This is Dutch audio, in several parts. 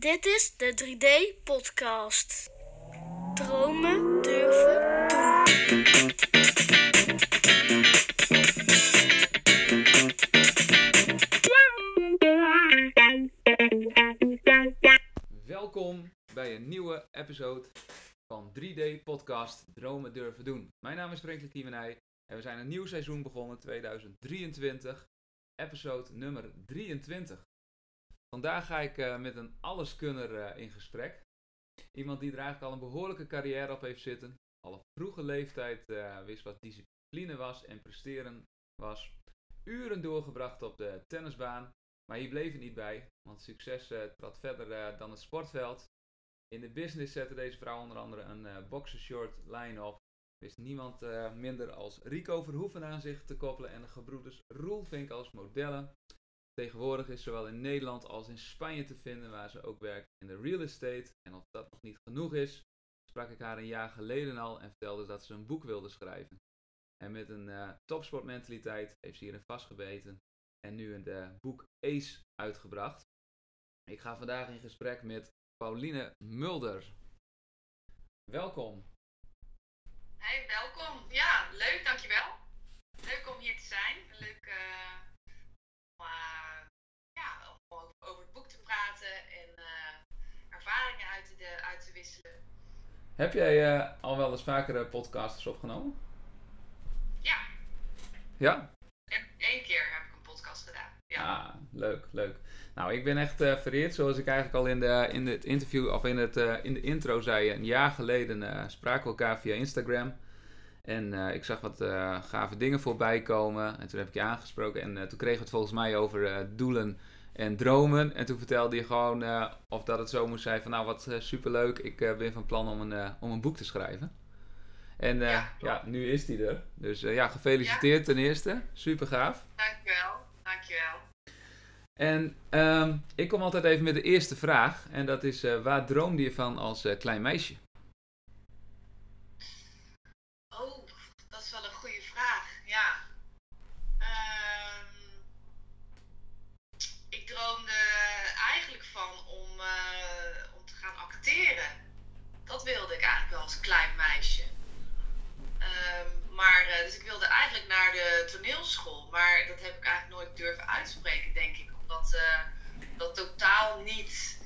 Dit is de 3D-podcast. Dromen durven doen. Welkom bij een nieuwe episode van 3D-podcast Dromen durven doen. Mijn naam is Franklin Kiemenij en we zijn een nieuw seizoen begonnen, 2023, episode nummer 23. Vandaag ga ik met een alleskunner in gesprek. Iemand die er eigenlijk al een behoorlijke carrière op heeft zitten. Al op vroege leeftijd wist wat discipline was en presteren was. Uren doorgebracht op de tennisbaan. Maar hier bleef het niet bij, want succes trad verder dan het sportveld. In de business zette deze vrouw onder andere een boxershort line op. Wist niemand minder als Rico Verhoeven aan zich te koppelen en de gebroeders Roelvink als modellen. Tegenwoordig is zowel in Nederland als in Spanje te vinden, waar ze ook werkt in de real estate. En of dat nog niet genoeg is, sprak ik haar een jaar geleden al en vertelde dat ze een boek wilde schrijven. En met een topsportmentaliteit heeft ze hierin vastgebeten en nu een boek Ace uitgebracht. Ik ga vandaag in gesprek met Pauline Mulder. Welkom. Hey, welkom. Ja, leuk, dankjewel. Leuk om hier te zijn. Leuk om over het boek te praten en ervaringen uit te wisselen. Heb jij al wel eens vaker podcasters opgenomen? Ja. Ja? Eén keer heb ik een podcast gedaan. Ja. Ah, leuk. Nou, ik ben echt vereerd, zoals ik eigenlijk al in het interview of in de intro zei. Een jaar geleden spraken we elkaar via Instagram. En ik zag wat gave dingen voorbij komen. En toen heb ik je aangesproken. En toen kregen we het volgens mij over doelen en dromen. En toen vertelde je gewoon of dat het zo moest zijn van nou wat superleuk. Ik ben van plan om een boek te schrijven. En nu is die er. Dus gefeliciteerd ten eerste. Super gaaf. Dankjewel. En ik kom altijd even met de eerste vraag. En dat is, waar droomde je van als klein meisje? Oh, dat is wel een goede vraag. Ja. Ik droomde eigenlijk van om te gaan acteren. Dat wilde ik eigenlijk wel als klein meisje. Dus ik wilde eigenlijk naar de toneelschool, maar dat heb ik eigenlijk nooit durven uitspreken, denk ik. Omdat dat totaal niet,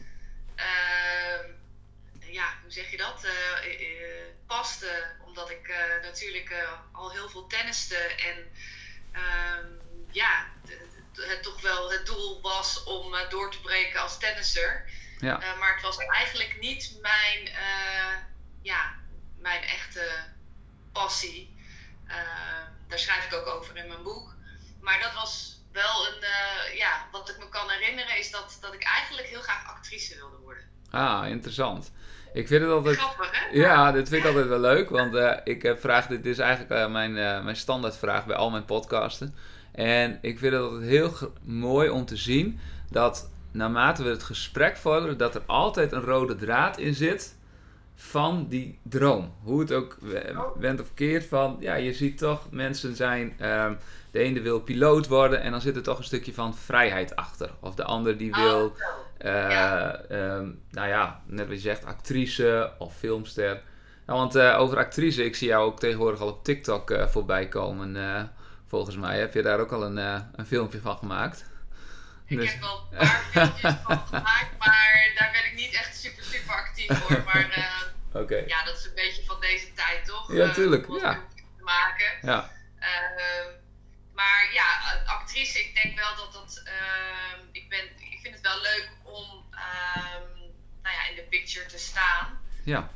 hoe zeg je dat, paste. Omdat ik natuurlijk al heel veel tenniste en het toch wel het doel was om door te breken als tennisser. Ja. Maar het was eigenlijk niet mijn echte passie. Daar schrijf ik ook over in mijn boek. Maar dat was wel wat ik me kan herinneren is dat ik eigenlijk heel graag actrice wilde worden. Ah, interessant. Ik vind het altijd... Grappig, hè? Ja, dit vind ik altijd wel leuk, want dit is eigenlijk mijn standaardvraag bij al mijn podcasten. En ik vind het altijd heel mooi om te zien dat naarmate we het gesprek vorderen, dat er altijd een rode draad in zit van die droom. Hoe het ook went of keert van, ja, je ziet toch, mensen zijn, de ene wil piloot worden en dan zit er toch een stukje van vrijheid achter. Of de ander die wil, net wat je zegt, actrice of filmster. Nou, want over actrice, ik zie jou ook tegenwoordig al op TikTok voorbij komen. Volgens mij heb je daar ook al een filmpje van gemaakt. Ik heb wel een paar filmpjes van gemaakt, maar daar ben ik niet echt super actief voor. Maar Okay. Dat is een beetje van deze tijd, toch? Ja, tuurlijk. Om wat te maken. Ja. Maar ja, actrice, ik denk wel dat ik vind het wel leuk om in de picture te staan. Ja.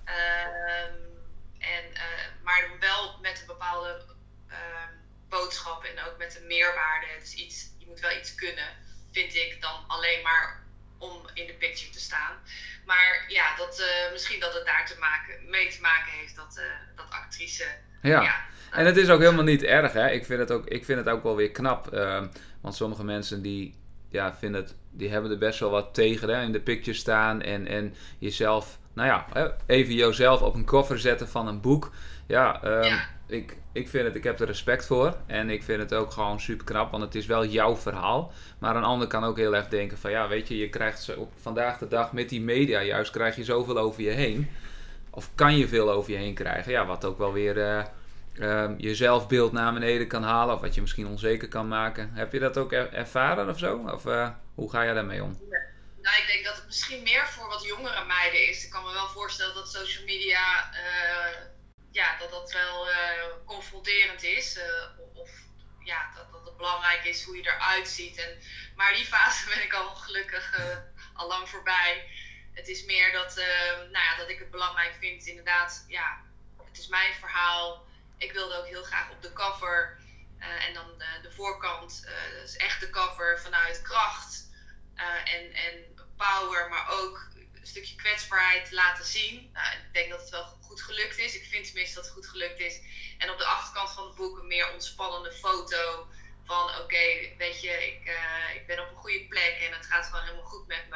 Maar dan wel met een bepaalde boodschap en ook met een meerwaarde. Dus je moet wel iets kunnen, vind ik, dan alleen maar om in de picture te staan. Maar ja, misschien dat het daar mee te maken heeft dat actrice. Ja. En het is ook helemaal niet erg, hè. Ik vind het ook wel weer knap. Want sommige mensen die hebben er best wel wat tegen, hè, in de picture staan en jezelf nou ja, even jezelf op een cover zetten van een boek. Ja, ik vind het, ik heb er respect voor. En ik vind het ook gewoon super knap, want het is wel jouw verhaal. Maar een ander kan ook heel erg denken van, ja, weet je krijgt op vandaag de dag met die media juist, krijg je zoveel over je heen. Of kan je veel over je heen krijgen. Ja, wat ook wel weer je zelfbeeld naar beneden kan halen. Of wat je misschien onzeker kan maken. Heb je dat ook ervaren of zo? Of hoe ga je daarmee om? Nou, ik denk dat het misschien meer voor wat jongere meiden is. Ik kan me wel voorstellen dat social media, dat wel confronterend is. Of dat het belangrijk is hoe je eruit ziet. Maar die fase ben ik al gelukkig al lang voorbij. Het is meer dat ik het belangrijk vind, inderdaad, het is mijn verhaal. Ik wilde ook heel graag op de cover en dan de voorkant, dus echt de cover vanuit kracht en power, maar ook een stukje kwetsbaarheid laten zien. Ik denk dat het wel goed gelukt is. Ik vind tenminste dat het goed gelukt is. En op de achterkant van het boek een meer ontspannende foto van weet je, ik ben op een goede plek en het gaat gewoon helemaal goed met me.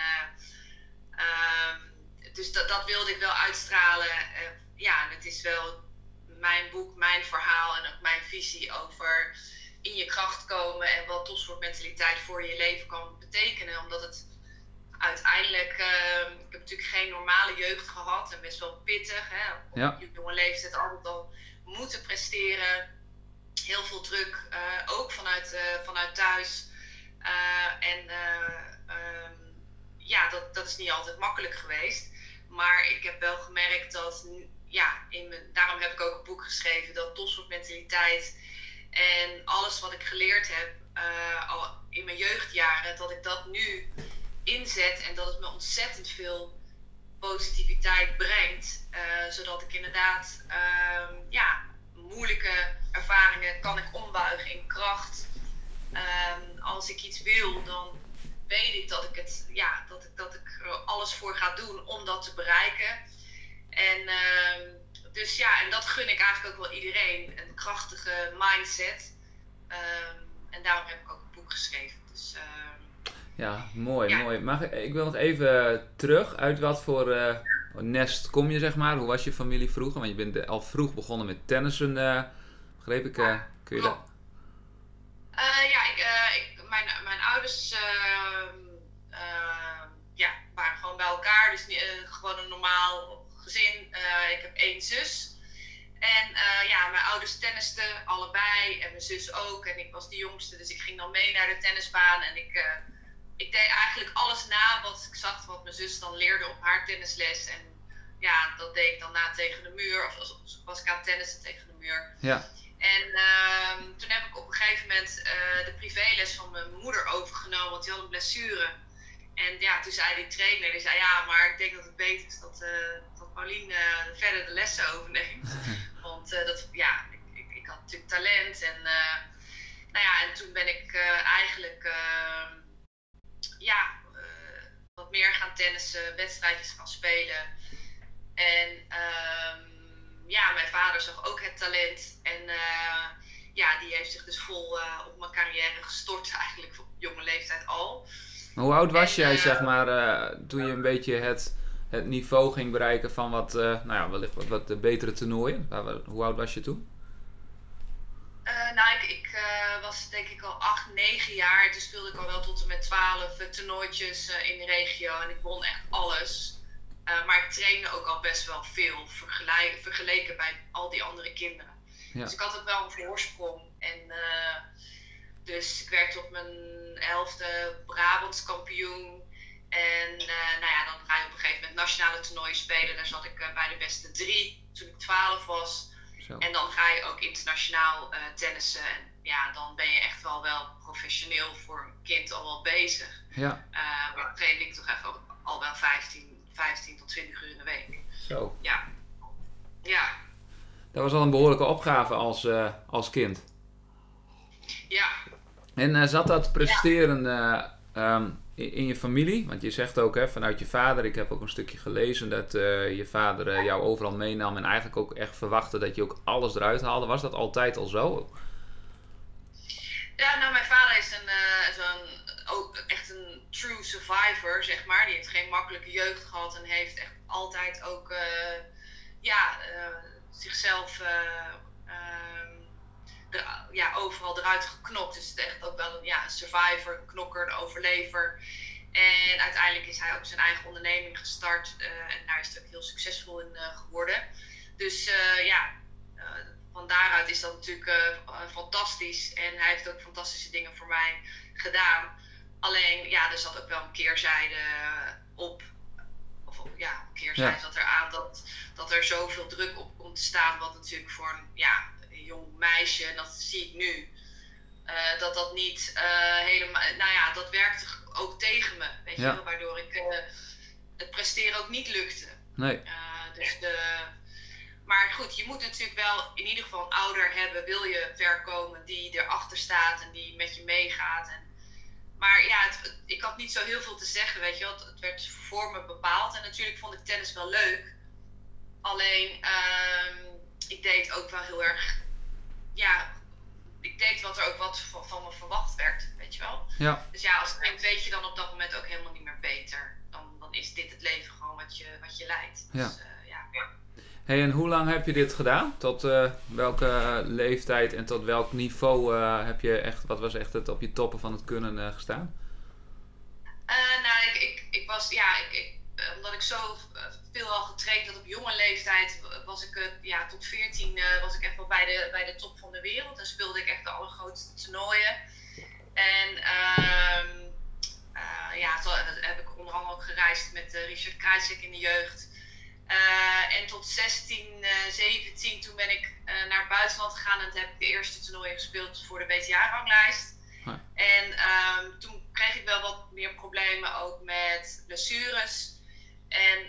Dus dat wilde ik wel uitstralen. En het is wel mijn boek, mijn verhaal en ook mijn visie over in je kracht komen en wat topsportmentaliteit voor je leven kan betekenen. Omdat het uiteindelijk, ik heb natuurlijk geen normale jeugd gehad en best wel pittig. Op jonge leeftijd altijd al moeten presteren. Heel veel druk, ook vanuit thuis. Dat is niet altijd makkelijk geweest. Maar ik heb wel gemerkt dat, daarom heb ik ook een boek geschreven, dat topsportmentaliteit en alles wat ik geleerd heb al in mijn jeugdjaren, dat ik dat nu inzet en dat het me ontzettend veel positiviteit brengt. Zodat ik inderdaad moeilijke ervaringen kan ik ombuigen in kracht. Als ik iets wil, dan weet ik dat ik er alles voor ga doen om dat te bereiken. En dat gun ik eigenlijk ook wel iedereen. Een krachtige mindset. En daarom heb ik ook een boek geschreven. Dus, mooi. Ik wil nog even terug. Uit wat voor nest kom je, zeg maar? Hoe was je familie vroeger? Want je bent al vroeg begonnen met tennissen, begreep ik. Kun je dat? Mijn ouders waren gewoon bij elkaar. Dus gewoon een normaal gezin. Ik heb 1 zus. En mijn ouders tennisten allebei. En mijn zus ook. En ik was de jongste. Dus ik ging dan mee naar de tennisbaan. En ik deed eigenlijk alles na wat ik zag wat mijn zus dan leerde op haar tennisles. En dat deed ik dan na tegen de muur. Of was ik aan het tennissen tegen de muur. Ja. En toen heb ik op een gegeven moment de privéles van mijn moeder overgenomen, want die had een blessure. En toen zei die trainer, maar ik denk dat het beter is dat Paulien verder de lessen overneemt. Want ik had natuurlijk talent en en toen ben ik eigenlijk wat meer gaan tennissen, wedstrijdjes gaan spelen. En mijn vader zag ook het talent en die heeft zich dus vol op mijn carrière gestort eigenlijk op jonge leeftijd al. Maar hoe oud was jij, zeg maar, toen je een beetje het niveau ging bereiken van wellicht wat betere toernooien? Hoe oud was je toen? Ik was denk ik al 8, 9 jaar. Toen speelde ik al wel tot en met 12 toernooitjes in de regio en ik won echt alles. Maar ik trainde ook al best wel veel vergeleken bij al die andere kinderen. Ja. Dus ik had ook wel een voorsprong. En dus ik werd op mijn 11e Brabants kampioen. En dan ga je op een gegeven moment nationale toernooien spelen. Daar zat ik bij de beste 3 toen ik 12 was. Zo. En dan ga je ook internationaal tennissen. En dan ben je echt wel professioneel voor een kind al wel bezig. Ja. Maar trainde ik toch even al wel 15 tot 20 uur in de week. Zo. Ja. Dat was al een behoorlijke opgave als kind. Ja. En zat dat presteren in je familie? Want je zegt ook vanuit je vader, ik heb ook een stukje gelezen dat je vader jou overal meenam en eigenlijk ook echt verwachtte dat je ook alles eruit haalde. Was dat altijd al zo? Ja, mijn vader is echt een true survivor, zeg maar. Die heeft geen makkelijke jeugd gehad en heeft echt altijd ook zichzelf overal eruit geknokt. Dus het is echt ook wel een survivor, een knokker, een overlever. En uiteindelijk is hij ook zijn eigen onderneming gestart. En daar is hij ook heel succesvol in geworden. Dus van daaruit is dat natuurlijk fantastisch. En hij heeft ook fantastische dingen voor mij gedaan. Alleen, er zat ook wel een keerzijde op. Een keerzijde zat eraan dat er zoveel druk op komt te staan. Wat natuurlijk voor een jong meisje, en dat zie ik nu, dat niet helemaal... dat werkte ook tegen me, weet je wel. Waardoor ik het presteren ook niet lukte. Nee. Maar goed, je moet natuurlijk wel in ieder geval een ouder hebben, wil je ver komen, die erachter staat en die met je meegaat. Maar ik had niet zo heel veel te zeggen, weet je wel. Het werd voor me bepaald en natuurlijk vond ik tennis wel leuk. Alleen, ik deed ook wel heel erg, ik deed wat er ook wat van me verwacht werd, weet je wel. Ja. Dus als kind weet je dan op dat moment ook helemaal niet meer beter. Dan is dit het leven gewoon wat je leidt. Ja. Dus, Hey, en hoe lang heb je dit gedaan? Tot welke leeftijd en tot welk niveau heb je echt, wat was echt het op je toppen van het kunnen gestaan? Ik was, omdat ik zo veel al getraind had op jonge leeftijd, was ik tot 14 was ik echt wel bij de top van de wereld. En speelde ik echt de allergrootste toernooien. En toen heb ik onder andere ook gereisd met Richard Krajicek in de jeugd. En tot 16, 17, toen ben ik naar het buitenland gegaan en toen heb ik de eerste toernooien gespeeld voor de WTA-ranglijst. Ja. En toen kreeg ik wel wat meer problemen ook met blessures. En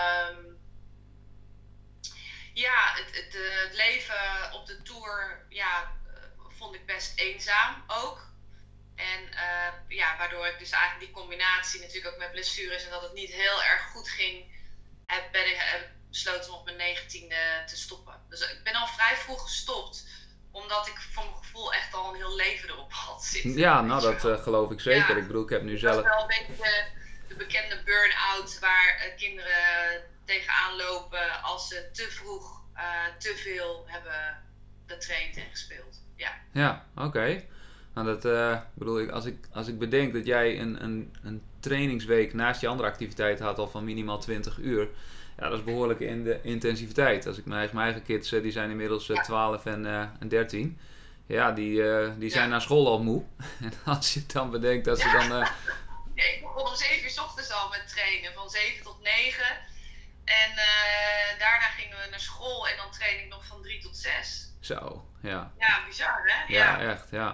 het leven op de tour vond ik best eenzaam ook. En waardoor ik dus eigenlijk die combinatie natuurlijk ook met blessures en dat het niet heel erg goed ging, heb besloten om op mijn 19e te stoppen. Dus ik ben al vrij vroeg gestopt, omdat ik van mijn gevoel echt al een heel leven erop had zitten. Ja, dat geloof ik zeker. Ik bedoel, ik heb nu zelf... Dat is wel een beetje de bekende burn-out waar kinderen tegenaan lopen als ze te vroeg te veel hebben getraind en gespeeld. Ja, oké. Nou, dat bedoel ik, als ik bedenk dat jij een trainingsweek naast je andere activiteit had al van minimaal 20 uur. Ja, dat is behoorlijk in de intensiteit. Als ik mijn eigen kids, die zijn inmiddels 12 en 13. Ja, die zijn naar school al moe. En als je dan bedenkt dat ze dan... Ik begon om 7 uur 's ochtends al met trainen, van 7 tot 9. En daarna gingen we naar school en dan train ik nog van 3 tot 6. Zo, ja. Ja, bizar hè? Ja, echt, ja.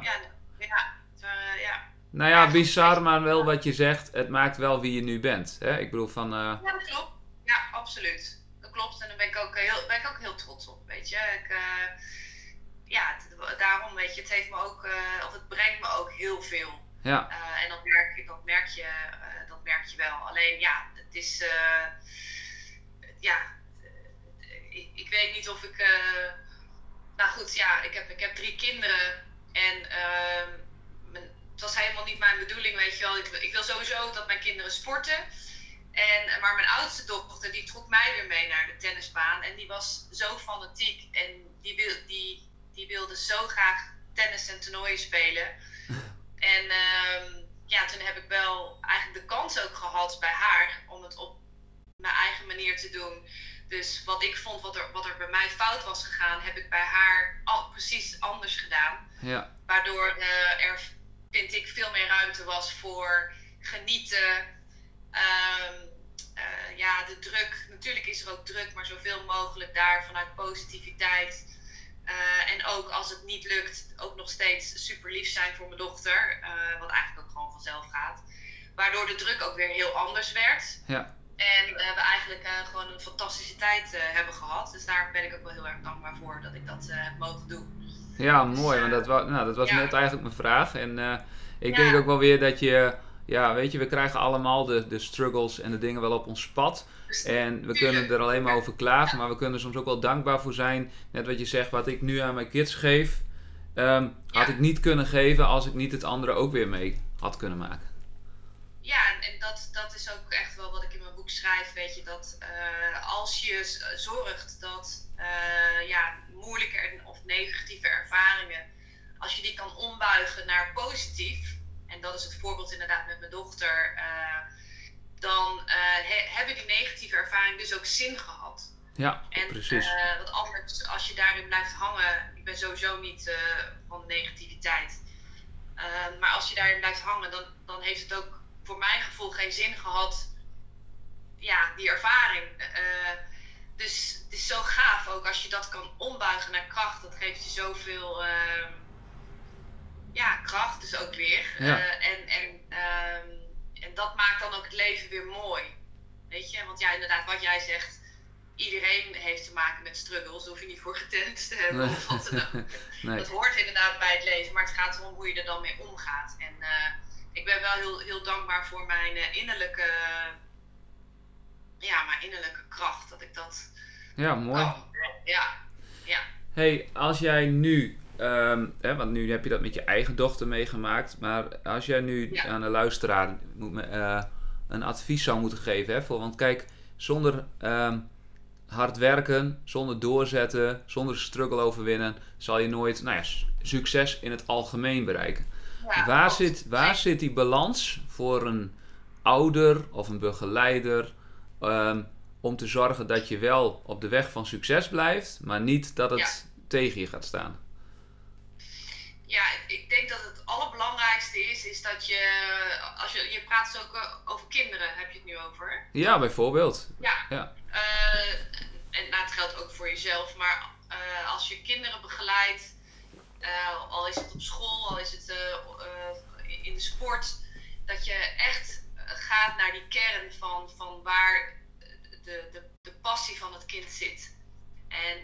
Nou ja, bizar, maar wel wat je zegt, het maakt wel wie je nu bent. Hè? Ik bedoel van... Ja, dat klopt. Ja, absoluut. Dat klopt en daar ben ik ook heel trots op, weet je. Daarom, weet je, het heeft me ook, het brengt me ook heel veel. Ja. En dat merk je wel. Alleen, het is... ik weet niet of ik... ik heb 3 kinderen en... het was helemaal niet mijn bedoeling, weet je wel. Ik wil sowieso dat mijn kinderen sporten. Maar mijn oudste dochter, die trok mij weer mee naar de tennisbaan. En die was zo fanatiek. En die wilde zo graag tennis en toernooien spelen. En toen heb ik wel eigenlijk de kans ook gehad bij haar om het op mijn eigen manier te doen. Dus wat ik vond, wat er bij mij fout was gegaan, heb ik bij haar precies anders gedaan. Ja. Waardoor er, vind ik, veel meer ruimte was voor genieten. De druk. Natuurlijk is er ook druk, maar zoveel mogelijk daar vanuit positiviteit. En ook als het niet lukt, ook nog steeds super lief zijn voor mijn dochter. Wat eigenlijk ook gewoon vanzelf gaat. Waardoor de druk ook weer heel anders werd. Ja. En we eigenlijk gewoon een fantastische tijd hebben gehad. Dus daar ben ik ook wel heel erg dankbaar voor dat ik dat heb mogen doen. Ja, mooi. Want dat was net eigenlijk mijn vraag. En ik denk ook wel weer dat je... Ja, weet je, we krijgen allemaal de struggles en de dingen wel op ons pad. En we kunnen er alleen maar over klagen, maar we kunnen er soms ook wel dankbaar voor zijn. Net wat je zegt, wat ik nu aan mijn kids geef, had ik niet kunnen geven als ik niet het andere ook weer mee had kunnen maken. Ja, en dat is ook echt wel wat ik in mijn boek schrijf. Weet je, dat als je zorgt dat moeilijke of negatieve ervaringen, als je die kan ombuigen naar positief, en dat is het voorbeeld inderdaad met mijn dochter, dan hebben die negatieve ervaringen dus ook zin gehad. Ja, En precies. wat anders, als je daarin blijft hangen, ik ben sowieso niet van negativiteit. Maar als je daarin blijft hangen, dan heeft het ook voor mijn gevoel geen zin gehad, ja, die ervaring. Dus het is zo gaaf ook als je dat kan ombuigen naar kracht. Dat geeft je zoveel kracht dus ook weer. Ja. En dat maakt dan ook het leven weer mooi. Weet je, want ja, inderdaad, wat jij zegt, iedereen heeft te maken met struggles. Daar hoef je niet voor getest te hebben of wat dan ook. Nee. Dat hoort inderdaad bij het leven, maar het gaat erom hoe je er dan mee omgaat. En ik ben wel heel dankbaar voor mijn innerlijke kracht, dat ik dat Ja, mooi. kan. Ja. Hey, als jij nu, want nu heb je dat met je eigen dochter meegemaakt, maar als jij nu aan de luisteraar een advies zou moeten geven, want kijk, zonder hard werken, zonder doorzetten, zonder struggle overwinnen, zal je nooit succes in het algemeen bereiken. Ja, waar zit die balans voor een ouder of een begeleider om te zorgen dat je wel op de weg van succes blijft, maar niet dat het tegen je gaat staan? Ja, ik denk dat het allerbelangrijkste is dat je praat dus ook over kinderen, heb je het nu over? Ja, bijvoorbeeld. Ja. En het geldt ook voor jezelf, maar als je kinderen begeleidt, al is het op school, al is het in de sport, dat je echt gaat naar die kern van waar de passie van het kind zit. En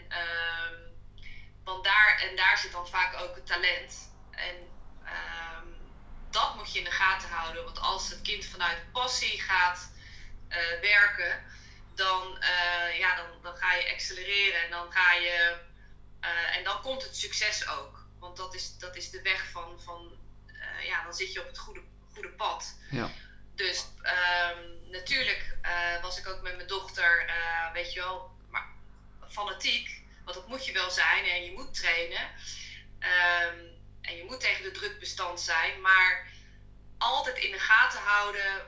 daar zit dan vaak ook het talent. En dat moet je in de gaten houden. Want als het kind vanuit passie gaat werken, dan ga je accelereren. En dan ga je en dan komt het succes ook. Want dat is de weg van dan zit je op het goede pad. Ja. Dus natuurlijk was ik ook met mijn dochter, weet je wel, maar fanatiek. Want dat moet je wel zijn en je moet trainen. En je moet tegen de druk bestand zijn. Maar altijd in de gaten houden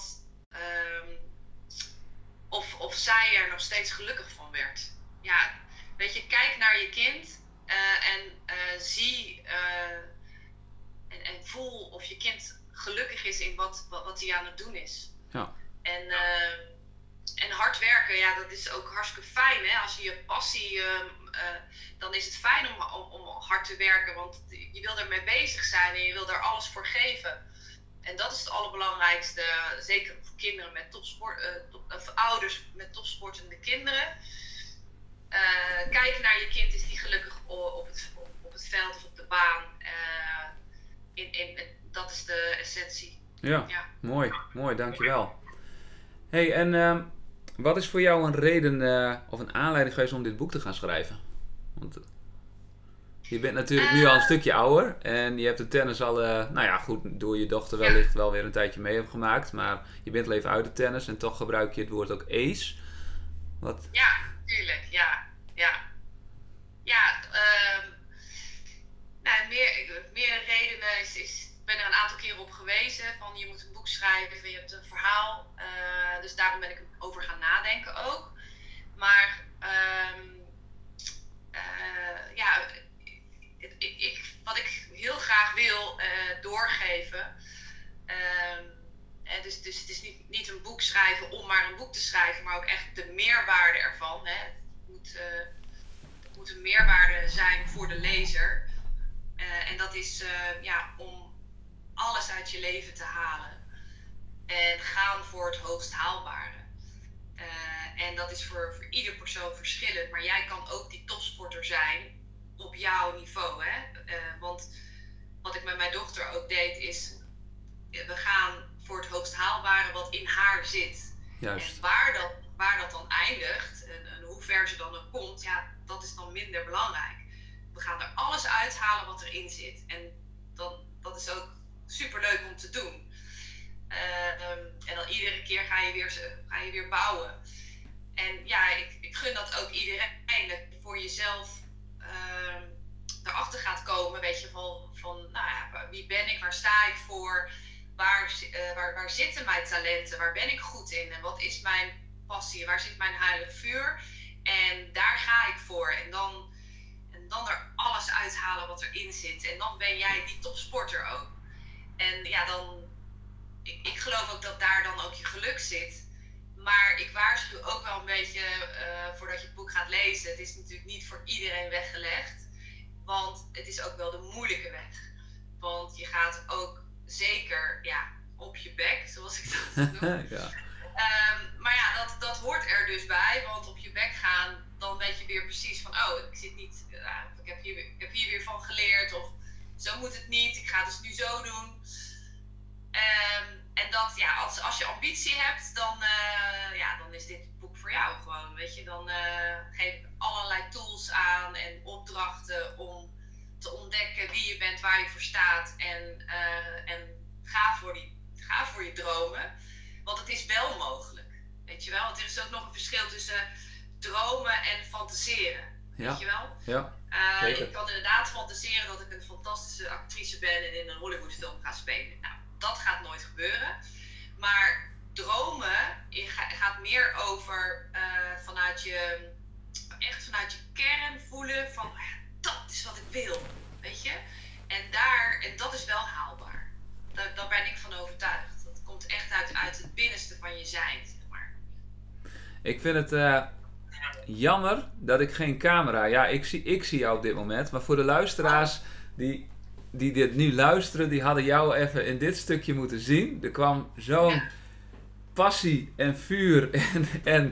of zij er nog steeds gelukkig van werd. Ja, weet je, kijk naar je kind en zie en voel of je kind gelukkig is in wat hij aan het doen is. Ja. En hard werken, ja, dat is ook hartstikke fijn. Hè? Als je je passie, dan is het fijn om hard te werken. Want je wil ermee bezig zijn en je wil daar alles voor geven. En dat is het allerbelangrijkste, zeker voor kinderen met of ouders met topsportende kinderen. Kijk naar je kind, is die gelukkig op het veld of op de baan. Dat is de essentie. Ja. Mooi, dankjewel. Hey, en wat is voor jou een reden of een aanleiding geweest om dit boek te gaan schrijven? Want je bent natuurlijk nu al een stukje ouder en je hebt de tennis al, door je dochter wellicht wel weer een tijdje mee hebt gemaakt, maar je bent al even uit de tennis en toch gebruik je het woord ook ace. Wat? Ja, tuurlijk, ja. Meer redenen ik ben er een aantal keren op gewezen van je moet een boek schrijven, je hebt een verhaal, dus daarom ben ik over gaan nadenken ook. Maar wat ik heel graag wil doorgeven, dus het is niet een boek schrijven om maar een boek te schrijven, maar ook echt de meerwaarde ervan. Hè. Het moet een meerwaarde zijn voor de lezer. En dat is om alles uit je leven te halen. En gaan voor het hoogst haalbare. En dat is voor ieder persoon verschillend. Maar jij kan ook die topsporter zijn op jouw niveau. Hè? Want wat ik met mijn dochter ook deed is, we gaan voor het hoogst haalbare wat in haar zit. Juist. En waar dat dan eindigt en hoe ver ze dan ook komt, ja, dat is dan minder belangrijk. We gaan er alles uithalen wat erin zit. En dat is ook superleuk om te doen. En dan iedere keer ga je weer bouwen. En ja, ik gun dat ook iedereen. Dat je voor jezelf erachter gaat komen. Weet je, van nou ja, wie ben ik? Waar sta ik voor? Waar zitten mijn talenten? Waar ben ik goed in? En wat is mijn passie? Waar zit mijn heilige vuur? En daar ga ik voor. En dan er alles uithalen wat erin zit. En dan ben jij die topsporter ook. En ja, ik geloof ook dat daar dan ook je geluk zit. Maar ik waarschuw ook wel een beetje voordat je het boek gaat lezen. Het is natuurlijk niet voor iedereen weggelegd. Want het is ook wel de moeilijke weg. Want je gaat ook zeker op je bek, zoals ik dat noem. Ja. Maar ja, dat hoort er dus bij. Want op je bek gaan, dan weet je weer precies van... ik zit niet... ik heb hier weer van geleerd. Of zo moet het niet. Ik ga het dus nu zo doen. En dat, als je ambitie hebt, dan is dit boek voor jou gewoon. Weet je, dan geef ik allerlei tools aan en opdrachten om te ontdekken wie je bent, waar je voor staat. En ga voor je dromen. Want het is wel mogelijk. Weet je wel, want er is ook nog een verschil tussen dromen en fantaseren. Ja. Weet je wel? Ja. Ik kan inderdaad fantaseren dat ik een fantastische actrice ben en in een Hollywoodfilm ga spelen. Nou, dat gaat nooit gebeuren. Maar dromen gaat meer over vanuit je kern voelen van dat is wat ik wil. Weet je? En dat is wel haalbaar. Daar ben ik van overtuigd. Dat komt echt uit het binnenste van je zijn, zeg maar. Ik vind het jammer dat ik geen camera... Ja, ik zie jou op dit moment. Maar voor de luisteraars die dit nu luisteren... die hadden jou even in dit stukje moeten zien. Er kwam zo'n passie en vuur en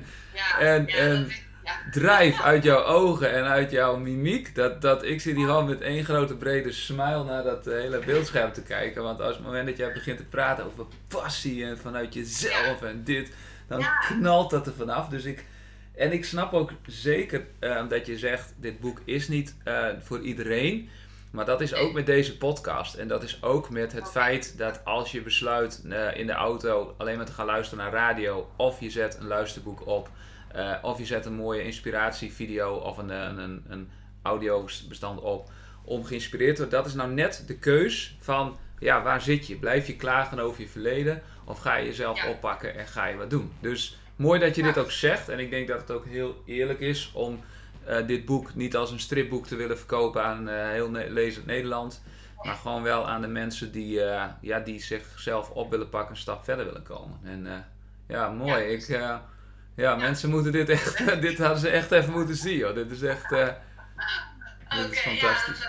drijf uit jouw ogen en uit jouw mimiek. Dat ik zit hier gewoon met één grote brede smile naar dat hele beeldscherm te kijken. Want als het moment dat jij begint te praten over passie en vanuit jezelf en dit... dan knalt dat er vanaf. Dus ik snap ook zeker dat je zegt, dit boek is niet voor iedereen. Maar dat is ook met deze podcast. En dat is ook met het feit dat als je besluit in de auto alleen maar te gaan luisteren naar radio... of je zet een luisterboek op... of je zet een mooie inspiratievideo of een audiobestand op... om geïnspireerd te worden. Dat is nou net de keus van... ja, waar zit je? Blijf je klagen over je verleden? Of ga je jezelf oppakken en ga je wat doen? Dus mooi dat je dit ook zegt. En ik denk dat het ook heel eerlijk is om dit boek niet als een stripboek te willen verkopen aan heel lezend Nederland. Maar gewoon wel aan de mensen die zichzelf op willen pakken, een stap verder willen komen. En mooi. Mensen moeten dit echt, dit hadden ze echt even moeten zien, joh. Dit is echt, dit is fantastisch.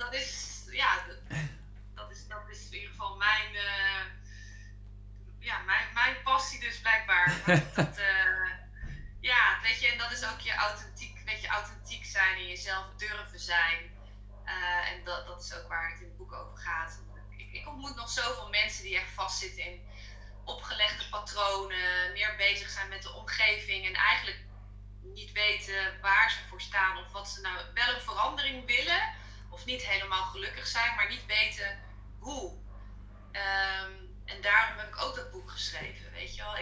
Dat is in ieder geval mijn passie dus blijkbaar. Weet je, en dat is ook je authentiek zijn en jezelf durven zijn. En dat is ook waar het in het boek over gaat. Ik ontmoet nog zoveel mensen die echt vastzitten in opgelegde patronen, meer bezig zijn met de omgeving en eigenlijk niet weten waar ze voor staan of wat ze nou wel een verandering willen of niet helemaal gelukkig zijn, maar niet weten hoe. En daarom heb ik ook dat boek geschreven, weet je wel.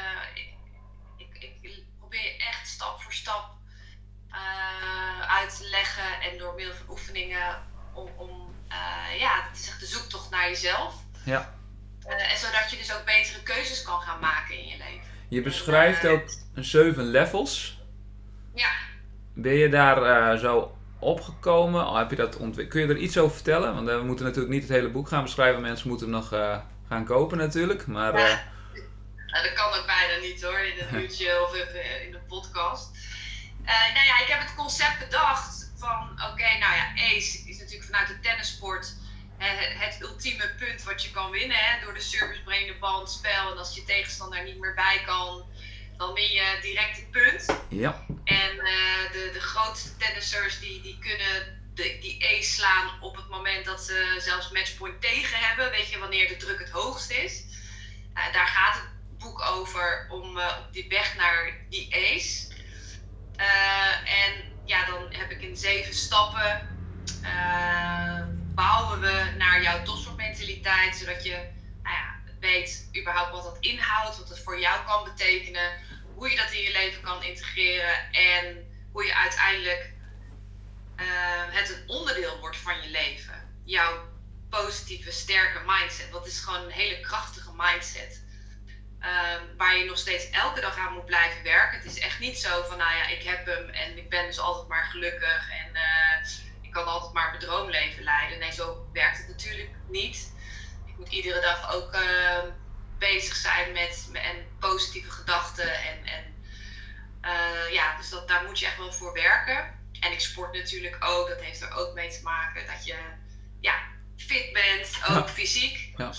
Ik probeer je echt stap voor stap uit te leggen en door middel van oefeningen het is echt de zoektocht naar jezelf. Ja. En zodat je dus ook betere keuzes kan gaan maken in je leven. Je beschrijft ook 7 levels. Ja. Ben je daar zo opgekomen? Heb je dat kun je er iets over vertellen? Want we moeten natuurlijk niet het hele boek gaan beschrijven. Mensen moeten hem nog gaan kopen natuurlijk. Maar, dat kan ook bijna niet hoor, in een uurtje of in de podcast. Ik heb het concept bedacht van ace is natuurlijk vanuit de tennissport het ultieme punt wat je kan winnen. Hè? Door de service breng je de bal in het spel en als je tegenstander niet meer bij kan, dan win je direct het punt. Ja. En de grootste tennissers die kunnen die ace slaan op het moment dat ze zelfs matchpoint tegen hebben. Weet je, wanneer de druk het hoogst is. Daar gaat het boek over om op die weg naar die ace. Dan heb ik in 7 stappen bouwen we naar jouw topsportmentaliteit, zodat je weet überhaupt wat dat inhoudt, wat het voor jou kan betekenen, hoe je dat in je leven kan integreren en hoe je uiteindelijk het een onderdeel wordt van je leven. Jouw positieve, sterke mindset. Dat is gewoon een hele krachtige mindset. Waar je nog steeds elke dag aan moet blijven werken. Het is echt niet zo van, nou ja, ik heb hem en ik ben dus altijd maar gelukkig en ik kan altijd maar mijn droomleven leiden. Nee, zo werkt het natuurlijk niet. Ik moet iedere dag ook bezig zijn met positieve gedachten dus daar moet je echt wel voor werken. En ik sport natuurlijk ook, dat heeft er ook mee te maken dat je fit bent, ook fysiek. Ja.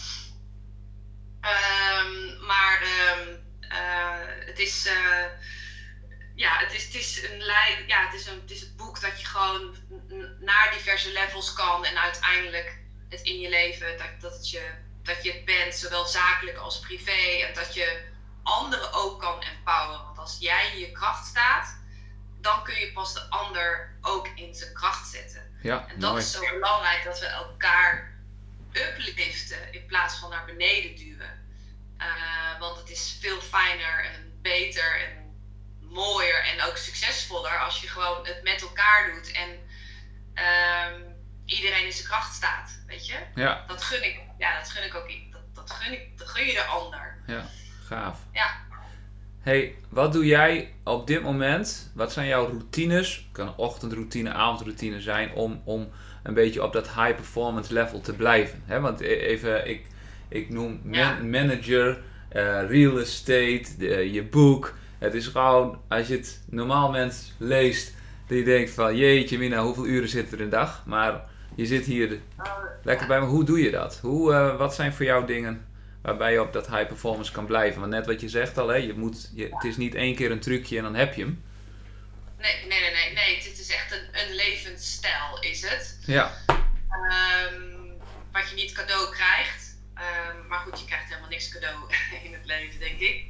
Het is het boek dat je gewoon naar diverse levels kan en uiteindelijk het in je leven, dat je het bent, zowel zakelijk als privé, en dat je anderen ook kan empoweren. Want als jij in je kracht staat, dan kun je pas de ander ook in zijn kracht zetten. Ja, en dat mooi. is zo belangrijk, dat we elkaar upliften in plaats van naar beneden duwen. Want het is veel fijner en beter en mooier en ook succesvoller als je gewoon het met elkaar doet en iedereen in zijn kracht staat, weet je? Ja. Dat gun ik ook. Dat gun je de ander. Ja, gaaf. Ja. Hey, wat doe jij op dit moment? Wat zijn jouw routines? Het kan een ochtendroutine, avondroutine zijn om een beetje op dat high performance level te blijven. Hè? Want even, ik noem manager, real estate, je boek. Het is gewoon, als je het normaal mens leest, dat je denkt van jeetje mina, hoeveel uren zit er in een dag? Maar je zit hier lekker bij me. Hoe doe je dat? Wat zijn voor jou dingen waarbij je op dat high performance kan blijven? Want net wat je zegt al, hè, het is niet één keer een trucje en dan heb je hem. Nee. Het is echt een levensstijl, is het. Ja. Wat je niet cadeau krijgt. Maar goed, je krijgt helemaal niks cadeau in het leven, denk ik.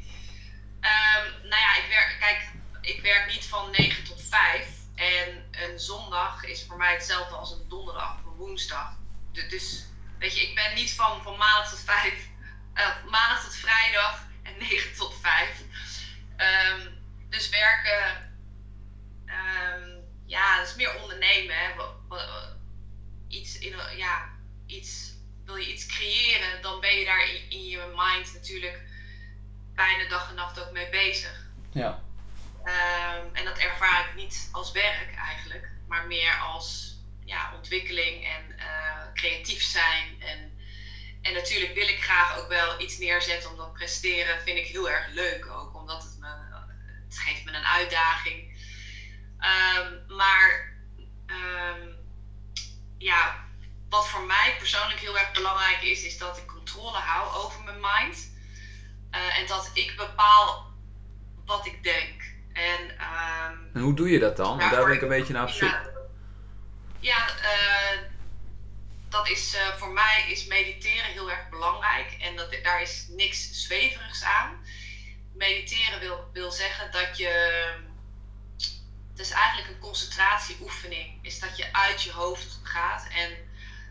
Ik werk niet van 9 tot 5. En een zondag is voor mij hetzelfde als een donderdag of een woensdag. Dus, weet je, ik ben niet van maandag tot 5. Maandag tot vrijdag en 9 tot 5. Dus werken, dat is meer ondernemen. Hè. Wil je iets creëren, dan ben je daar in je mind natuurlijk bijna dag en nacht ook mee bezig. Ja. En dat ervaar ik niet als werk eigenlijk, maar meer als ontwikkeling en creatief zijn. En natuurlijk wil ik graag ook wel iets neerzetten, omdat presteren vind ik heel erg leuk ook, omdat het geeft me een uitdaging. Wat voor mij persoonlijk heel erg belangrijk is dat ik controle hou over mijn mind. En dat ik bepaal wat ik denk. En hoe doe je dat dan? Daar ben ik een beetje naar op zoek. Dat is voor mij is mediteren heel erg belangrijk. En daar is niks zweverigs aan. Mediteren wil zeggen dat je... Het is eigenlijk een concentratieoefening. Is dat je uit je hoofd gaat en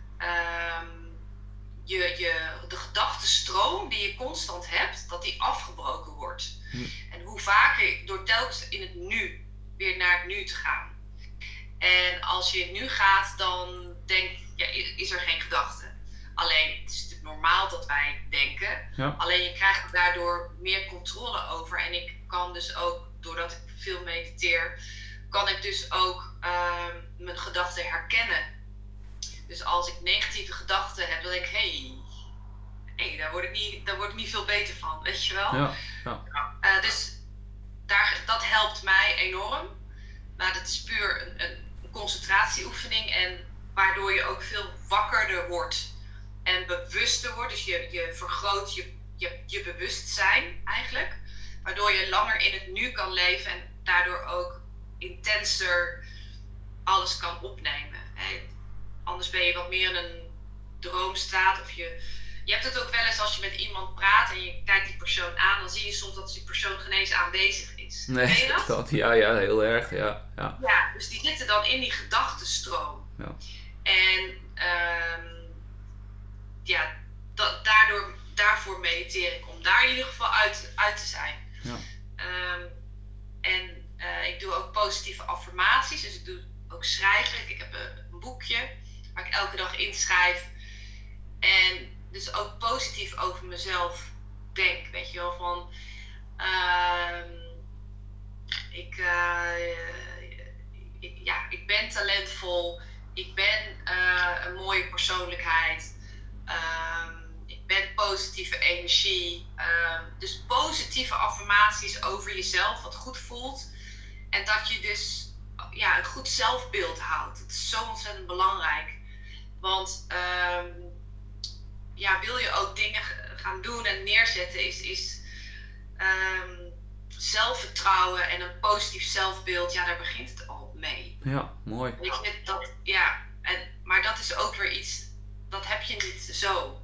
de gedachtenstroom die je constant hebt, dat die afgebroken wordt. En hoe vaker door telkens in het nu weer naar het nu te gaan. En als je nu gaat, dan is er geen gedachte. Alleen, het is natuurlijk normaal dat wij denken. Ja. Alleen je krijgt daardoor meer controle over. En ik kan dus ook, doordat ik veel mediteer, kan ik dus ook mijn gedachten herkennen. Dus als ik negatieve gedachten heb, dan denk ik, hey, daar word ik niet veel beter van, weet je wel? Ja. Dus dat helpt mij enorm. Maar dat is puur een concentratieoefening en waardoor je ook veel wakkerder wordt en bewuster wordt. Dus je vergroot je bewustzijn eigenlijk. Waardoor je langer in het nu kan leven en daardoor ook intenser alles kan opnemen. Anders ben je wat meer in een droomstaat. Of je hebt het ook wel eens als je met iemand praat en je kijkt die persoon aan, dan zie je soms dat die persoon geen eens aanwezig is. Nee, ken je dat? Ja, heel erg. Ja. Ja, dus die zitten dan in die gedachtenstroom. Ja. En daardoor daarvoor mediteer ik. Om daar in ieder geval uit te zijn. Ja. Ik doe ook positieve affirmaties. Dus ik doe ook schrijven. Ik heb een boekje waar ik elke dag inschrijf. En dus ook positief over mezelf denk. Weet je wel, van... ik ben talentvol. Ik ben een mooie persoonlijkheid. Ik ben positieve energie. Dus positieve affirmaties over jezelf, wat goed voelt. En dat je dus een goed zelfbeeld houdt. Dat is zo ontzettend belangrijk. Want wil je ook dingen gaan doen en neerzetten, is zelfvertrouwen en een positief zelfbeeld, daar begint het al mee. Ja, mooi. Weet je, maar dat is ook weer iets, dat heb je niet zo.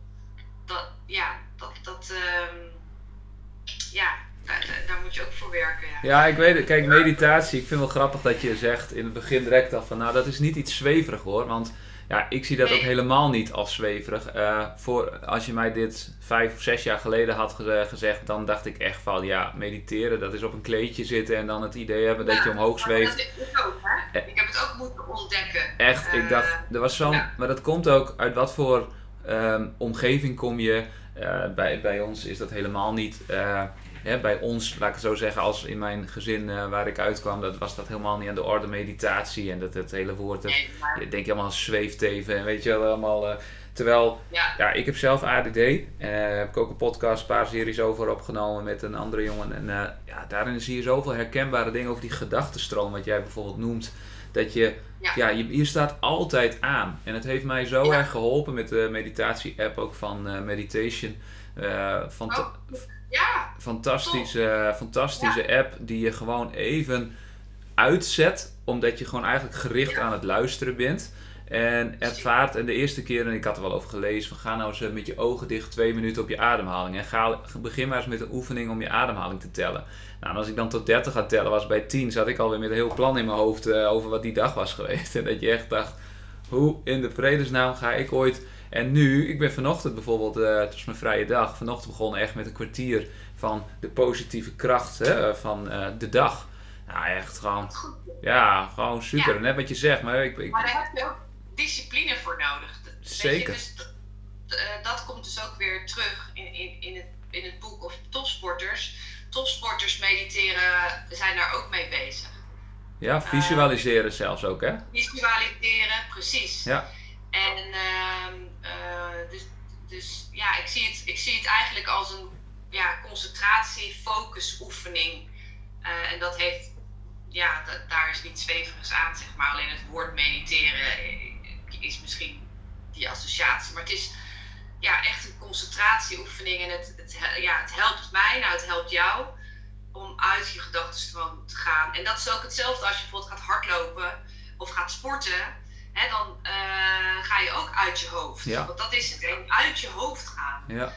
Daar moet je ook voor werken. Ja, ik weet het. Kijk, meditatie, ik vind het wel grappig dat je zegt in het begin direct al van, nou, dat is niet iets zweverig hoor, want ik zie dat ook helemaal niet als zweverig. Als je mij dit 5 of 6 jaar geleden had gezegd, dan dacht ik echt van, mediteren, dat is op een kleedje zitten en dan het idee hebben dat je omhoog zweeft. Dat is het ook, hè? Ik heb het ook moeten ontdekken. Echt, ik dacht, er was zo'n, maar dat komt ook uit wat voor omgeving kom je. Bij ons is dat helemaal niet. Bij ons, laat ik het zo zeggen, als in mijn gezin waar ik uitkwam, was dat helemaal niet aan de orde, meditatie en dat hele woord. Je denkt allemaal zweefteven en weet je wel, allemaal. Terwijl, ik heb zelf ADD en heb ik ook een podcast, een paar series over opgenomen met een andere jongen. En daarin zie je zoveel herkenbare dingen over die gedachtenstroom, wat jij bijvoorbeeld noemt. Dat je staat altijd aan. En het heeft mij zo erg geholpen met de meditatie-app ook van Meditation. Fantastische app die je gewoon even uitzet, omdat je gewoon eigenlijk gericht aan het luisteren bent. En ervaart, en de eerste keer, en ik had er wel over gelezen, van ga nou eens met je ogen dicht 2 minuten op je ademhaling. En begin maar eens met een oefening om je ademhaling te tellen. Nou, en als ik dan tot 30 ga tellen, was bij 10, zat ik alweer met een heel plan in mijn hoofd over wat die dag was geweest. En dat je echt dacht, hoe in de vredesnaam ga ik ooit... En nu, ik ben vanochtend bijvoorbeeld, het was mijn vrije dag, vanochtend begonnen echt met een kwartier van de positieve kracht van de dag. Nou, echt gewoon, gewoon super. Ja. Net wat je zegt, maar Maar daar heb je ook discipline voor nodig. Zeker. Weet je, dus dat komt dus ook weer terug in het boek of Topsporters. Topsporters mediteren, zijn daar ook mee bezig. Ja, visualiseren zelfs ook, hè? Visualiseren, precies. Ja. En ik zie het eigenlijk als een concentratie-focus-oefening. En dat heeft, daar is niets zweverigs aan, zeg maar. Alleen het woord mediteren is misschien die associatie. Maar het is echt een concentratieoefening. En het helpt mij, het helpt jou om uit je gedachtenstroom te gaan. En dat is ook hetzelfde als je bijvoorbeeld gaat hardlopen of gaat sporten. Dan ga je ook uit je hoofd. Ja. Want dat is het, uit je hoofd gaan. Ja.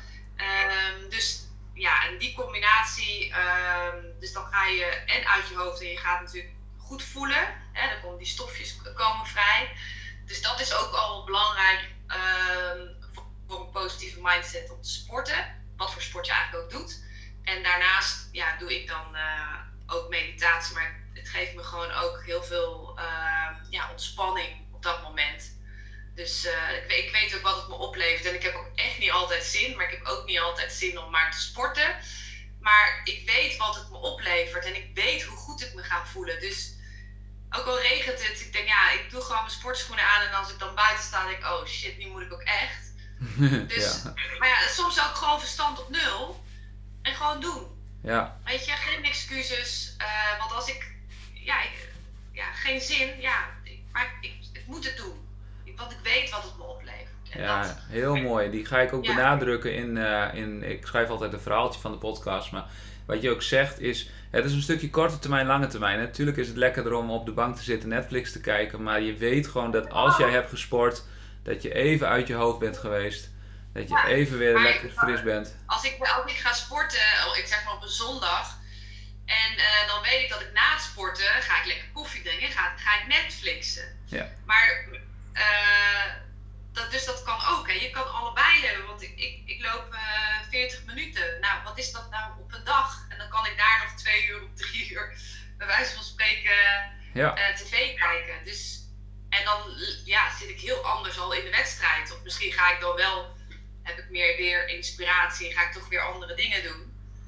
En die combinatie, dus dan ga je en uit je hoofd en je gaat natuurlijk goed voelen. Dan komen die stofjes komen vrij. Dus dat is ook al belangrijk voor een positieve mindset om te sporten. Wat voor sport je eigenlijk ook doet. En daarnaast doe ik dan ook meditatie. Maar het geeft me gewoon ook heel veel ontspanning op dat moment. Dus ik weet ook wat het me oplevert. En ik heb ook echt niet altijd zin. Maar ik heb ook niet altijd zin om maar te sporten. Maar ik weet wat het me oplevert. En ik weet hoe goed ik me ga voelen. Dus ook al regent het. Ik denk ik doe gewoon mijn sportschoenen aan. En als ik dan buiten sta, denk ik, oh shit, nu moet ik ook echt. Dus, maar soms ook gewoon verstand op nul. En gewoon doen. Ja. Weet je, geen excuses. Want als ik geen zin, maar ik moet het doen. Want ik weet wat het me oplevert. En heel mooi. Die ga ik ook benadrukken in... Ik schrijf altijd een verhaaltje van de podcast, maar wat je ook zegt is... Het is een stukje korte termijn, lange termijn. Natuurlijk is het lekkerder om op de bank te zitten, Netflix te kijken, maar je weet gewoon dat als jij hebt gesport, dat je even uit je hoofd bent geweest. Dat je even weer lekker fris bent. Als ik ga sporten, ik zeg maar op een zondag, en dan weet ik dat ik na het sporten ga ik lekker koffie drinken, ga ik Netflixen. Ja. Maar dat kan ook. Hè. Je kan allebei hebben, want ik ik loop 40 minuten. Nou, wat is dat nou op een dag? En dan kan ik daar nog 2 uur of 3 uur, bij wijze van spreken, tv kijken. Dus, en dan zit ik heel anders al in de wedstrijd. Of misschien ga ik dan wel, heb ik weer inspiratie en ga ik toch weer andere dingen doen.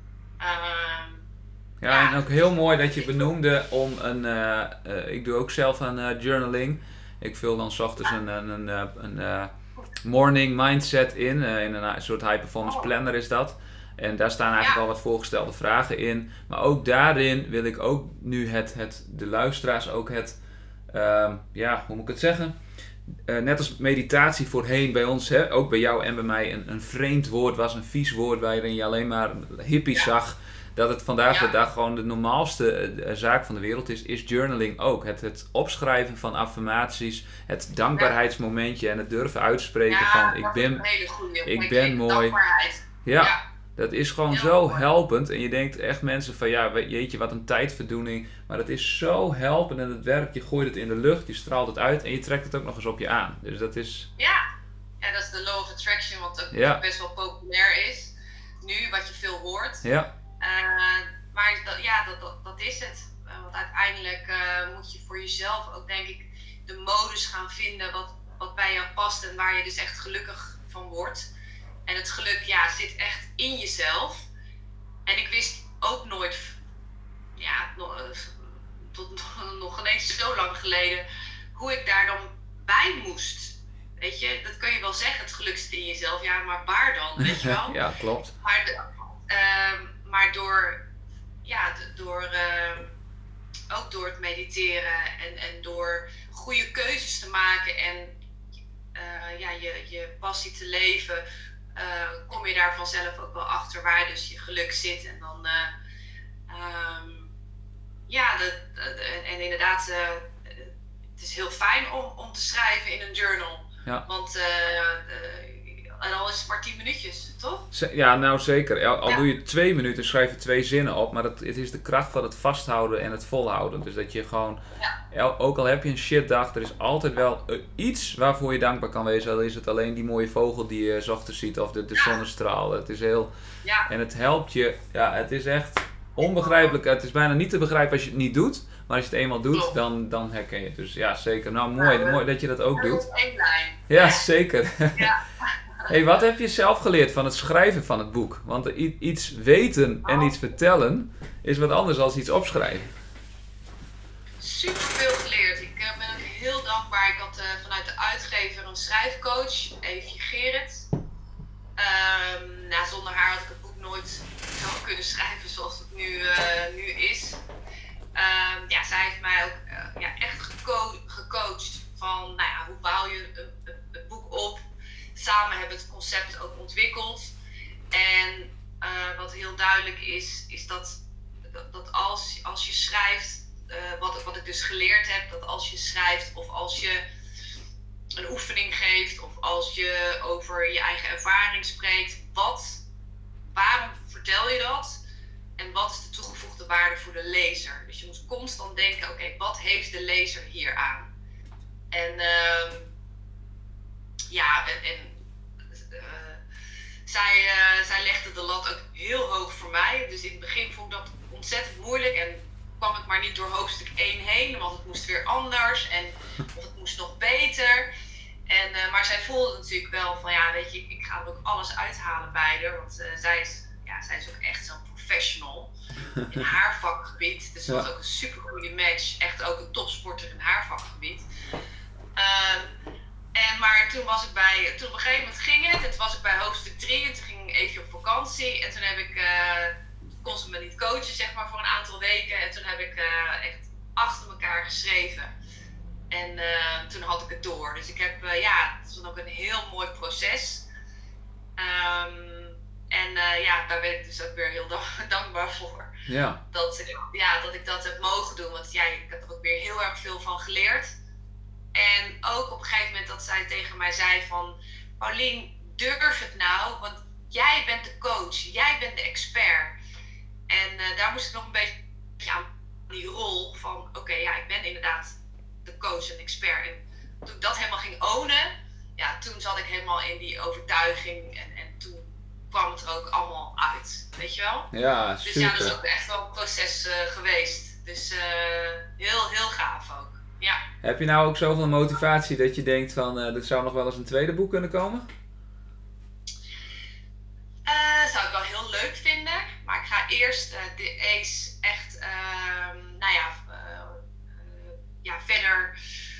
En ook heel mooi dat je benoemde om ik doe ook zelf een journaling. Ik vul dan 's ochtends een morning mindset in een soort high performance planner is dat. En daar staan eigenlijk al wat voorgestelde vragen in. Maar ook daarin wil ik ook nu de luisteraars ook hoe moet ik het zeggen? Net als meditatie voorheen bij ons, ook bij jou en bij mij, een vreemd woord was, een vies woord waarin je alleen maar hippies zag. Dat het vandaag de dag gewoon de normaalste zaak van de wereld is journaling ook. Het opschrijven van affirmaties, het dankbaarheidsmomentje en het durven uitspreken van ik ben mooi. Dat is gewoon zo helpend. En je denkt echt mensen van jeetje wat een tijdverdoening. Maar het is zo helpend en het werkt. Je gooit het in de lucht, je straalt het uit en je trekt het ook nog eens op je aan. Dus dat is... Ja, dat is de law of attraction wat ook best wel populair is. Nu, wat je veel hoort. Ja. Maar dat is het. Want uiteindelijk moet je voor jezelf ook denk ik de modus gaan vinden wat bij jou past en waar je dus echt gelukkig van wordt. En het geluk zit echt in jezelf. En ik wist ook nooit, tot nog geen eens zo lang geleden, hoe ik daar dan bij moest. Weet je, dat kun je wel zeggen, het geluk zit in jezelf. Ja, maar waar dan? Weet je wel? Ja, klopt. Maar ook door het mediteren en door goede keuzes te maken en je passie te leven, kom je daar vanzelf ook wel achter waar dus je geluk zit. En dan en inderdaad, het is heel fijn om te schrijven in een journal. Ja. Want en al is het maar 10 minuutjes, toch? Ja, nou zeker. Al doe je 2 minuten, schrijf je 2 zinnen op. Maar het is de kracht van het vasthouden en het volhouden. Dus dat je gewoon, ook al heb je een shitdag, er is altijd wel iets waarvoor je dankbaar kan wezen. Al is het alleen die mooie vogel die je 's ochtends ziet of de zonnestraal. Het is heel... En het helpt je. Ja, het is echt onbegrijpelijk. Het is bijna niet te begrijpen als je het niet doet. Maar als je het eenmaal doet, dan herken je het. Dus ja, zeker. Nou, mooi dat je dat ook doet. Ja, zeker. Ja. Hey, wat heb je zelf geleerd van het schrijven van het boek? Want iets weten en iets vertellen is wat anders dan iets opschrijven. Super veel geleerd. Ik ben ook heel dankbaar. Ik had vanuit de uitgever een schrijfcoach, Eefje Gerrit. Zonder haar had ik het boek nooit zo kunnen schrijven zoals het nu is. Zij heeft mij ook echt gecoacht van hoe bouw je een boek op. Samen hebben we het concept ook ontwikkeld. En wat heel duidelijk is dat als je schrijft, wat ik dus geleerd heb, dat als je schrijft of als je een oefening geeft of als je over je eigen ervaring spreekt, waarom vertel je dat? En wat is de toegevoegde waarde voor de lezer? Dus je moet constant denken, oké, wat heeft de lezer hier aan? En zij legde de lat ook heel hoog voor mij. Dus in het begin vond ik dat ontzettend moeilijk en kwam ik maar niet door hoofdstuk 1 heen, want het moest weer anders of het moest nog beter. Maar zij voelde natuurlijk wel van weet je, ik ga er ook alles uithalen bij haar, want zij is ook echt zo'n professional in haar vakgebied. Dus dat was ook een super goede match. Echt ook een topsporter in haar vakgebied. Maar toen op een gegeven moment ging het. En toen was ik bij hoofdstuk 3 en toen ging ik even op vakantie. En toen kon ze me niet coachen zeg maar voor een aantal weken. En toen heb ik echt achter elkaar geschreven. En toen had ik het door. Dus ik heb, het was ook een heel mooi proces. Daar ben ik dus ook weer heel dankbaar voor. Ja. Dat ik dat heb mogen doen. Want ik heb er ook weer heel erg veel van geleerd. En ook op een gegeven moment dat zij tegen mij zei van... Paulien, durf het nou, want jij bent de coach. Jij bent de expert. En daar moest ik nog een beetje aan die rol van... Oké, ik ben inderdaad de coach en expert. En toen ik dat helemaal ging ownen... toen zat ik helemaal in die overtuiging. En toen kwam het er ook allemaal uit, weet je wel? Ja, Dus super. ja, dat is ook echt wel een proces geweest. Dus heel, heel gaaf ook. Ja. Heb je nou ook zoveel motivatie dat je denkt van, er zou nog wel eens een tweede boek kunnen komen? Zou ik wel heel leuk vinden. Maar ik ga eerst de ACE echt, verder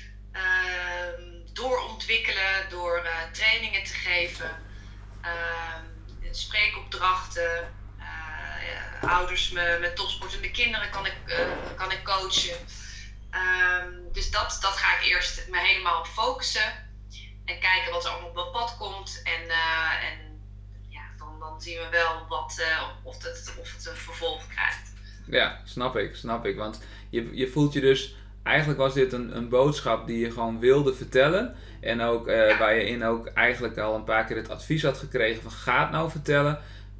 doorontwikkelen door trainingen te geven. Spreekopdrachten. Ouders met topsportende kinderen kan ik coachen. Dus dat ga ik eerst me helemaal op focussen. En kijken wat er allemaal op mijn pad komt. En dan zien we wel of het een vervolg krijgt. Ja, snap ik. Want je voelt je dus... Eigenlijk was dit een boodschap die je gewoon wilde vertellen. En ook waar je in ook eigenlijk al een paar keer het advies had gekregen van ga het nou vertellen.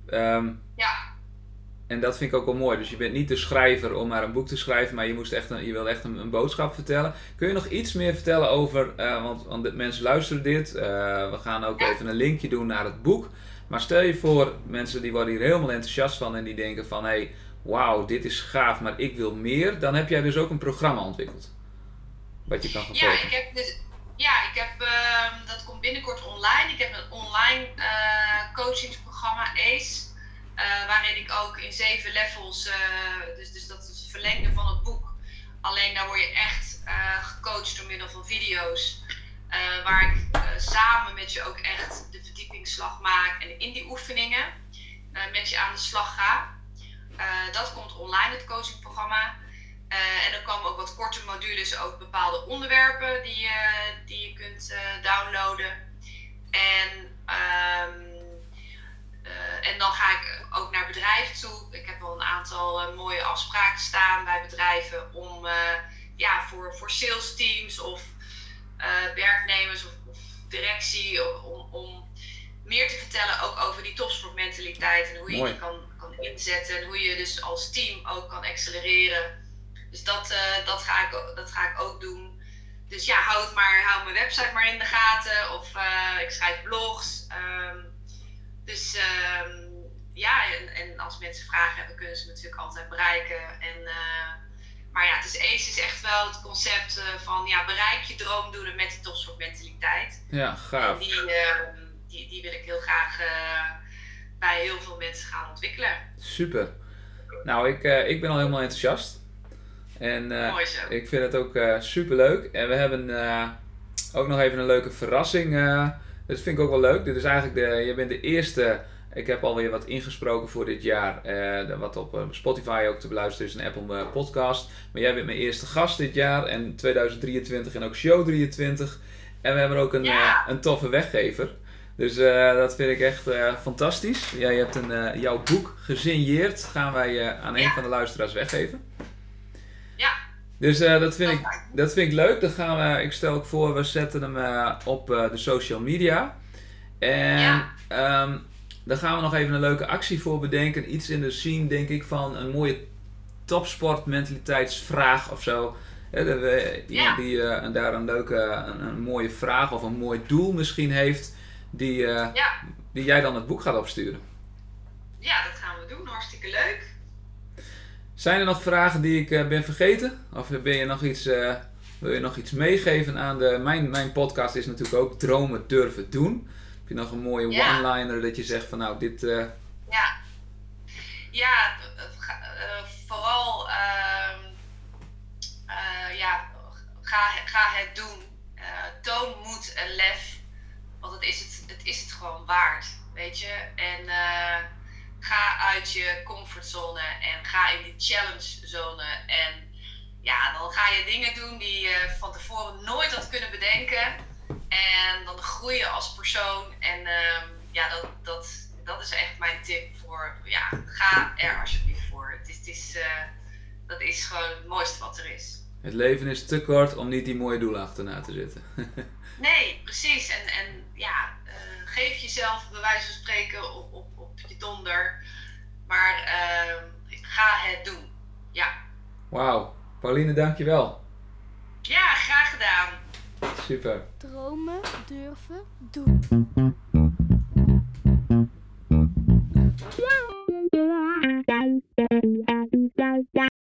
En dat vind ik ook wel mooi. Dus je bent niet de schrijver om maar een boek te schrijven, maar je wilde echt een boodschap vertellen. Kun je nog iets meer vertellen over, want de mensen luisteren dit. We gaan ook even een linkje doen naar het boek. Maar stel je voor, mensen die worden hier helemaal enthousiast van en die denken van hey, wauw, dit is gaaf, maar ik wil meer. Dan heb jij dus ook een programma ontwikkeld. Wat je kan gaan volgen. Dat komt binnenkort online. Ik heb een online coachingsprogramma ACE. Waarin ik ook in 7 levels, dus dat is het verlengde van het boek. Alleen daar word je echt gecoacht door middel van video's. Waar ik samen met je ook echt de verdiepingsslag maak en in die oefeningen met je aan de slag ga. Dat komt online, het coachingprogramma. En er komen ook wat korte modules over bepaalde onderwerpen die je kunt downloaden. En dan ga ik ook naar bedrijven toe. Ik heb al een aantal mooie afspraken staan bij bedrijven om voor sales teams of werknemers of directie om meer te vertellen ook over die topsportmentaliteit en hoe je die kan inzetten en hoe je dus als team ook kan accelereren. Dus dat ga ik ook doen. Dus ja, hou mijn website maar in de gaten of ik schrijf blogs. En als mensen vragen hebben, kunnen ze natuurlijk altijd bereiken. Maar ja, ACE is echt wel het concept van bereik je droomdoelen met die topsportmentaliteit. Ja, gaaf. En die wil ik heel graag bij heel veel mensen gaan ontwikkelen. Super. Nou, ik ben al helemaal enthousiast. En Mooi zo. Ik vind het ook super leuk. En we hebben ook nog even een leuke verrassing. Dat vind ik ook wel leuk. Dit is eigenlijk je bent de eerste. Ik heb alweer wat ingesproken voor dit jaar. Wat op Spotify ook te beluisteren is, een Apple podcast. Maar jij bent mijn eerste gast dit jaar. En 2023 en ook show 23. En we hebben ook een toffe weggever. Dus dat vind ik echt fantastisch. Jij hebt jouw boek gesigneerd. Gaan wij aan een van de luisteraars weggeven. Ja. Dus dat vind ik leuk. Ik stel ook voor, we zetten hem op de social media. En daar gaan we nog even een leuke actie voor bedenken. Iets in de scene, denk ik, van een mooie topsportmentaliteitsvraag of zo. Iemand die daar een mooie vraag of een mooi doel misschien heeft, die jij dan het boek gaat opsturen. Ja, dat gaan we doen. Hartstikke leuk. Zijn er nog vragen die ik ben vergeten? Of wil je nog iets meegeven aan mijn podcast is natuurlijk ook Dromen Durven Doen. Heb je nog een mooie one-liner dat je zegt van nou dit... Vooral ga het doen. Toon moed en lef. Want het is het gewoon waard. Weet je. En ga uit je comfortzone en ga in die challenge zone. En dan ga je dingen doen die je van tevoren nooit had kunnen bedenken. En dan groei je als persoon. En dat is echt mijn tip voor. Ga er alsjeblieft voor. Dat is gewoon het mooiste wat er is. Het leven is te kort om niet die mooie doelen achterna te zitten. Nee, precies. Geef jezelf bij wijze van spreken op je donder. Maar ga het doen. Ja. Wauw. Pauline, dankjewel. Ja, graag gedaan. Super. Dromen durven doen.